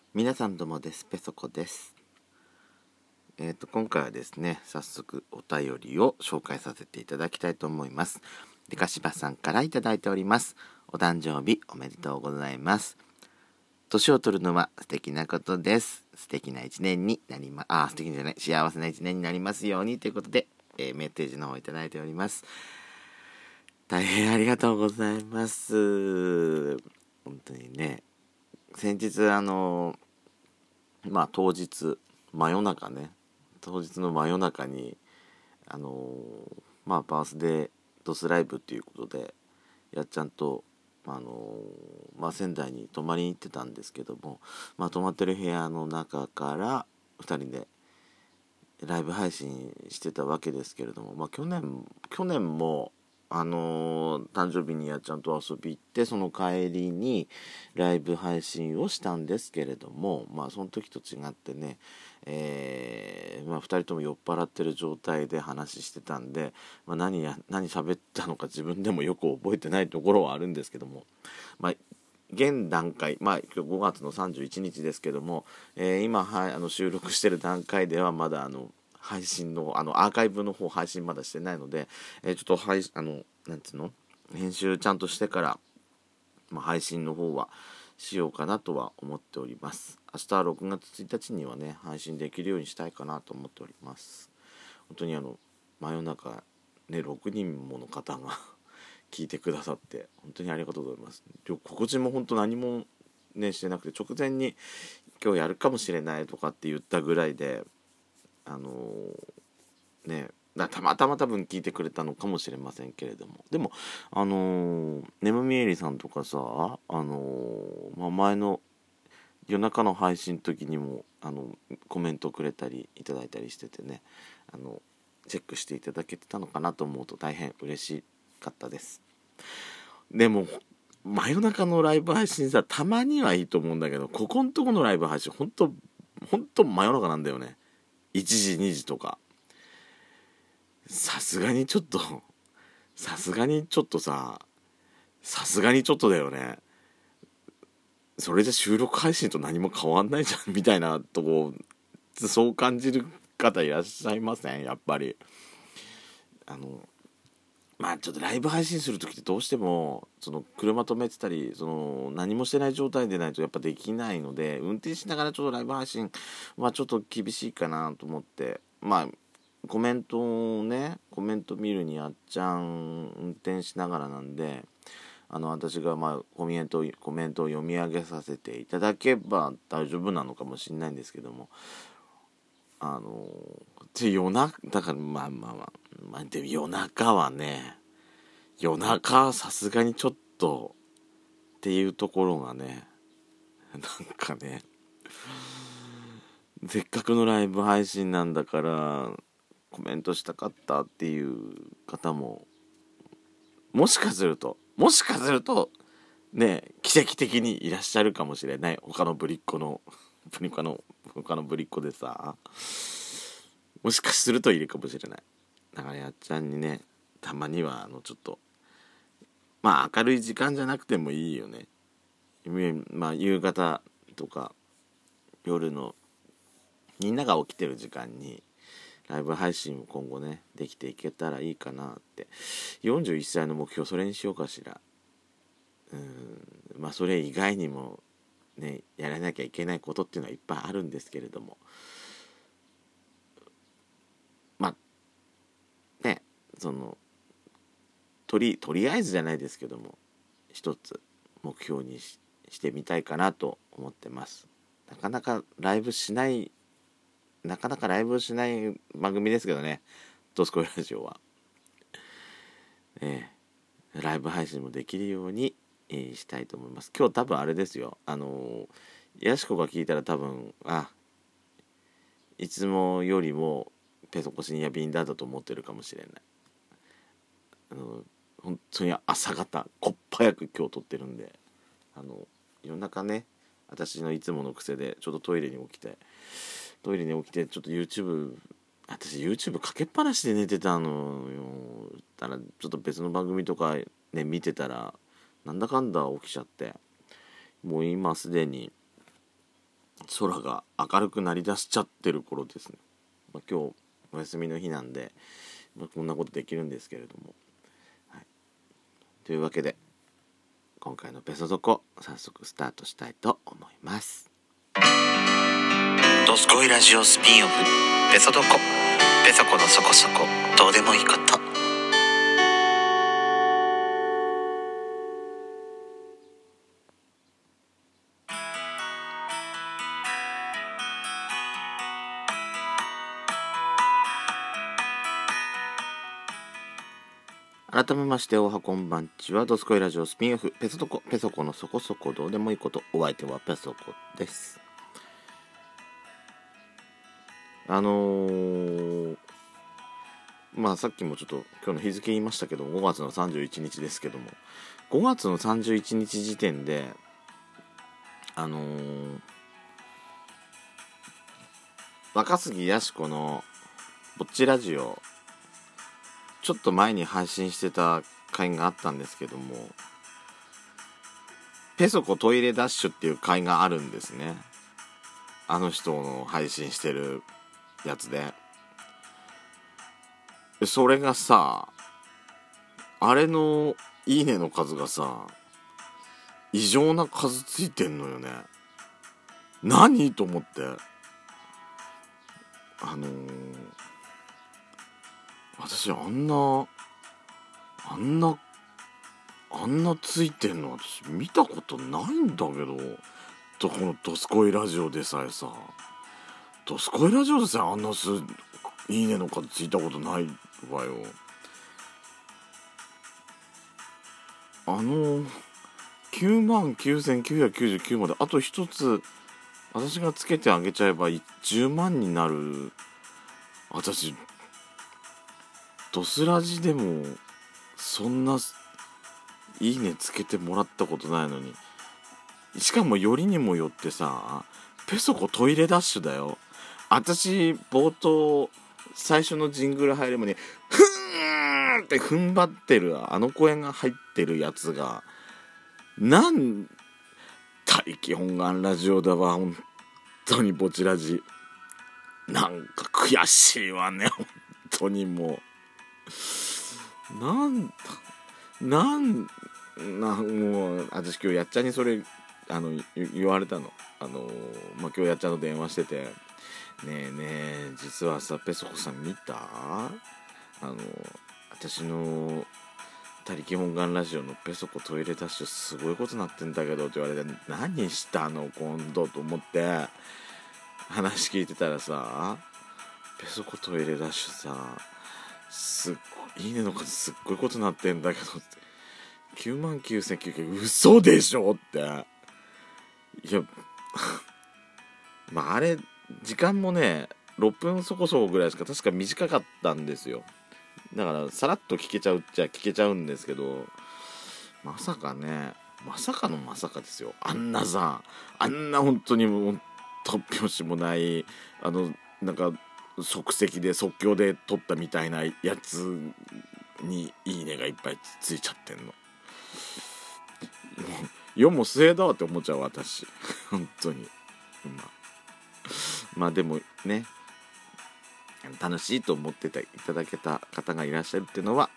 皆さんどうもです。ペソコです。今回はですね、早速お便りを紹介させていただきたいと思います。でかしばさんからいただいております。お誕生日おめでとうございます。年を取るのは素敵なことです。素敵な一年になり素敵じゃない、幸せな一年になりますようにということで、メッセージの方をいただいております。大変ありがとうございます。本当にね、先日当日当日の真夜中にバースデードスライブっていうことでやっちゃんと仙台に泊まりに行ってたんですけども、泊まってる部屋の中から2人でライブ配信してたわけですけれども、去年も誕生日にやっちゃんと遊び行って、その帰りにライブ配信をしたんですけれども、その時と違ってね、2人とも酔っ払ってる状態で話してたんで、何喋ったのか自分でもよく覚えてないところはあるんですけども、現段階、今日5月の31日ですけども、今収録してる段階ではまだ配信のアーカイブの方配信まだしてないので、ちょっとなんつうの編集ちゃんとしてから、配信の方はしようかなとは思っております。明日は6月1日にはね配信できるようにしたいかなと思っております。本当に真夜中ね6人もの方が聞いてくださって本当にありがとうございます。告知も本当何もねしてなくて、直前に今日やるかもしれないとかって言ったぐらいでたまたま多分聞いてくれたのかもしれませんけれども、でもネムミエリさんとかさ、前の夜中の配信の時にもコメントくれたりいただいたりしててね、チェックしていただけてたのかなと思うと大変嬉しかったです。でも真夜中のライブ配信さ、たまにはいいと思うんだけど、ここんとこのライブ配信ほんと真夜中なんだよね。1時2時とか。さすがにちょっとだよね。それじゃ収録配信と何も変わんないじゃんみたいなとこ、そう感じる方いらっしゃいません？やっぱりちょっとライブ配信する時ってどうしてもその車止めてたり何もしてない状態でないとやっぱできないので、運転しながらちょっとライブ配信はちょっと厳しいかなと思って、コメント見るにあっちゃん運転しながらなんで、私がコメントを読み上げさせていただけば大丈夫なのかもしれないんですけども、夜中だからでも夜中はさすがにちょっとっていうところがね、せっかくのライブ配信なんだからコメントしたかったっていう方ももしかするとね奇跡的にいらっしゃるかもしれない。他のぶりっ子でさ、もしかするといるかもしれない。だからやっちゃんにね、たまにはちょっと明るい時間じゃなくてもいいよね。夕方とか夜のみんなが起きてる時間にライブ配信を今後ねできていけたらいいかなって。41歳の目標それにしようかしら。それ以外にもねやらなきゃいけないことっていうのはいっぱいあるんですけれども、とりあえずじゃないですけども一つ目標にしてみたいかなと思ってます。なかなかライブしない番組ですけどね、ドスコイラジオは、ライブ配信もできるように、したいと思います。今日多分あれですよ、やしこが聞いたら多分いつもよりもペソコ深夜便だったと思ってるかもしれない。本当に朝方こっぱやく今日撮ってるんで、夜中ね私のいつもの癖でちょっとトイレに起きてちょっと YouTube かけっぱなしで寝てたのよ。たらちょっと別の番組とかね見てたらなんだかんだ起きちゃって、もう今すでに空が明るくなりだしちゃってる頃ですね。今日お休みの日なんで、こんなことできるんですけれども、はい、というわけで今回のペソドコ早速スタートしたいと思います。 ドスコイラジオスピンオフペソドコ、ペソコのそこそこどうでもいいこと。 改めましておはこんばんちは。ドスコイラジオスピンオフペソドコ、ペソコのそこそこどうでもいいこと。お相手はペソコです。さっきもちょっと今日の日付言いましたけど、5月の31日ですけども、5月の31日時点で若杉やし子のぼっちラジオ、ちょっと前に配信してた回があったんですけども、ペソコトイレダッシュっていう回があるんですね。あの人の配信してるやつで、それがさ、あれのいいねの数がさ、異常な数ついてんのよね。何と思って、私あんなついてんの私見たことないんだけど、このドスコイラジオでさえさ、ドスコイラジオでさえあんないいねの数ついたことないわよ。99,999まであと一つ私がつけてあげちゃえば10万になる。私ドスラジでもそんないいねつけてもらったことないのに、しかもよりにもよってさ、ペソコトイレダッシュだよ。私冒頭最初のジングル入る前にふーんって踏ん張ってるあの声が入ってるやつが他力本願ラジオだわ。本当にぼちラジなんか悔しいわね。本当にもうもう私今日やっちゃんにそれ言われたの。今日やっちゃんと電話してて、ねえ実はさペソコさん見た？私の他力本願ラジオのペソコトイレダッシュすごいことなってんだけどって言われて、何したの今度と思って話聞いてたらさ、ペソコトイレダッシュさ、すっごいいいねの数すっごいことなってんだけどって、99,900嘘でしょって。いやあれ時間もね6分そこそこぐらいしか確か短かったんですよ。だからさらっと聞けちゃうっちゃ聞けちゃうんですけど、まさかね、まさかのまさかですよ。あんな本当にもう突拍子もないなんか即席で即興で撮ったみたいなやつにいいねがいっぱいついちゃってんの。もう世も末だわって思っちゃう私本当に。でもね、楽しいと思っていただけた方がいらっしゃるっていうのは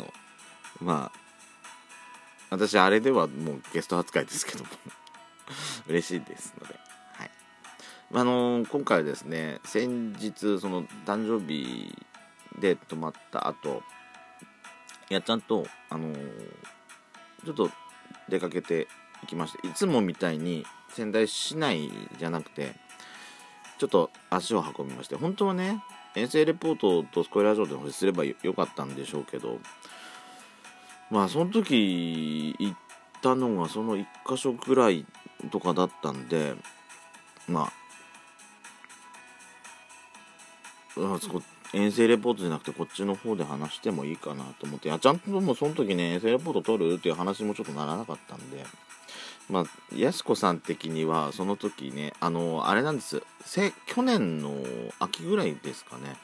私あれではもうゲスト扱いですけども嬉しいですので、はい。今回はですね、先日その誕生日で泊まった後、やっちゃんとちょっと出かけていきまして、いつもみたいに仙台市内じゃなくてちょっと足を運びまして、本当はね遠征レポートとスコイラジオですればよかったんでしょうけど、その時行ったのがその1箇所ぐらいとかだったんで、遠征レポートじゃなくてこっちの方で話してもいいかなと思って、ちゃんともうその時ね遠征レポート取るっていう話もちょっとならなかったんで、やしこさん的にはその時ねあれなんです。去年の秋ぐらいですかね、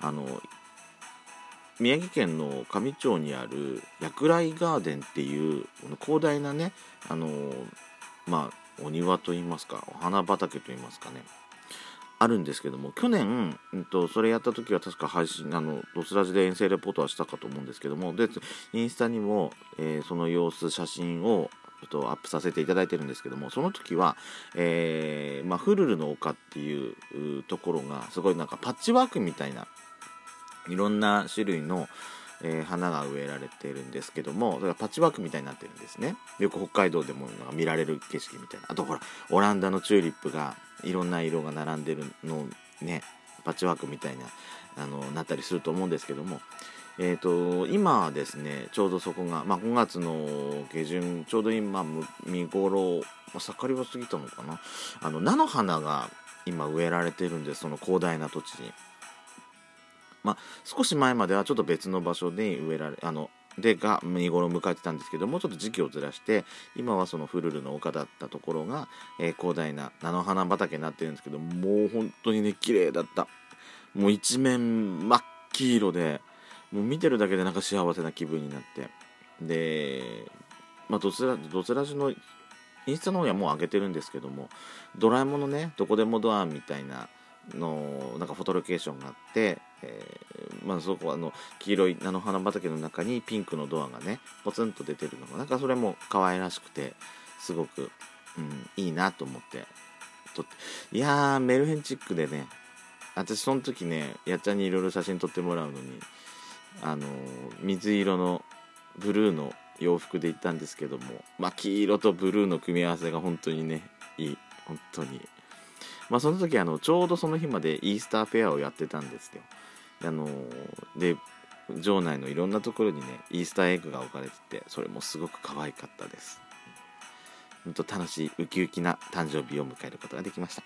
宮城県の上町にある薬来ガーデンっていう広大なねお庭といいますか、お花畑といいますかね、あるんですけども、去年、それやった時は確か配信ドスラジで遠征レポートはしたかと思うんですけども、でインスタにも、その様子写真をアップさせていただいてるんですけども、その時は、フルルの丘っていうところがすごいなんかパッチワークみたいないろんな種類の、花が植えられてるんですけども、だからパッチワークみたいになってるんですね。よく北海道でも見られる景色みたいな。あとほらオランダのチューリップがいろんな色が並んでるのね、パッチワークみたいななったりすると思うんですけども、今ですね、ちょうどそこが、5月の下旬、ちょうど今見頃、盛りは過ぎたのかな、菜の花が今植えられてるんです、その広大な土地に。少し前まではちょっと別の場所で植えられが見頃を迎えてたんですけども、ちょっと時期をずらして今はそのフルルの丘だったところが、広大な菜の花畑になってるんですけど、もう本当にね綺麗だった。もう一面真っ黄色で、もう見てるだけでなんか幸せな気分になって、でドスラジのインスタの方にはもう上げてるんですけども、ドラえもんのねどこでもドアみたいなのなんかフォトロケーションがあって、そこは黄色い菜の花畑の中にピンクのドアがねポツンと出てるのがなんかそれも可愛らしくてすごく、いいなと思って撮って、いやーメルヘンチックでね、私その時ねやっちゃんにいろいろ写真撮ってもらうのに水色のブルーの洋服で行ったんですけども、黄色とブルーの組み合わせが本当にねいい、本当に。その時ちょうどその日までイースターフェアをやってたんですよ。で場内のいろんなところにねイースターエッグが置かれてて、それもすごく可愛かったです。本当楽しいウキウキな誕生日を迎えることができました。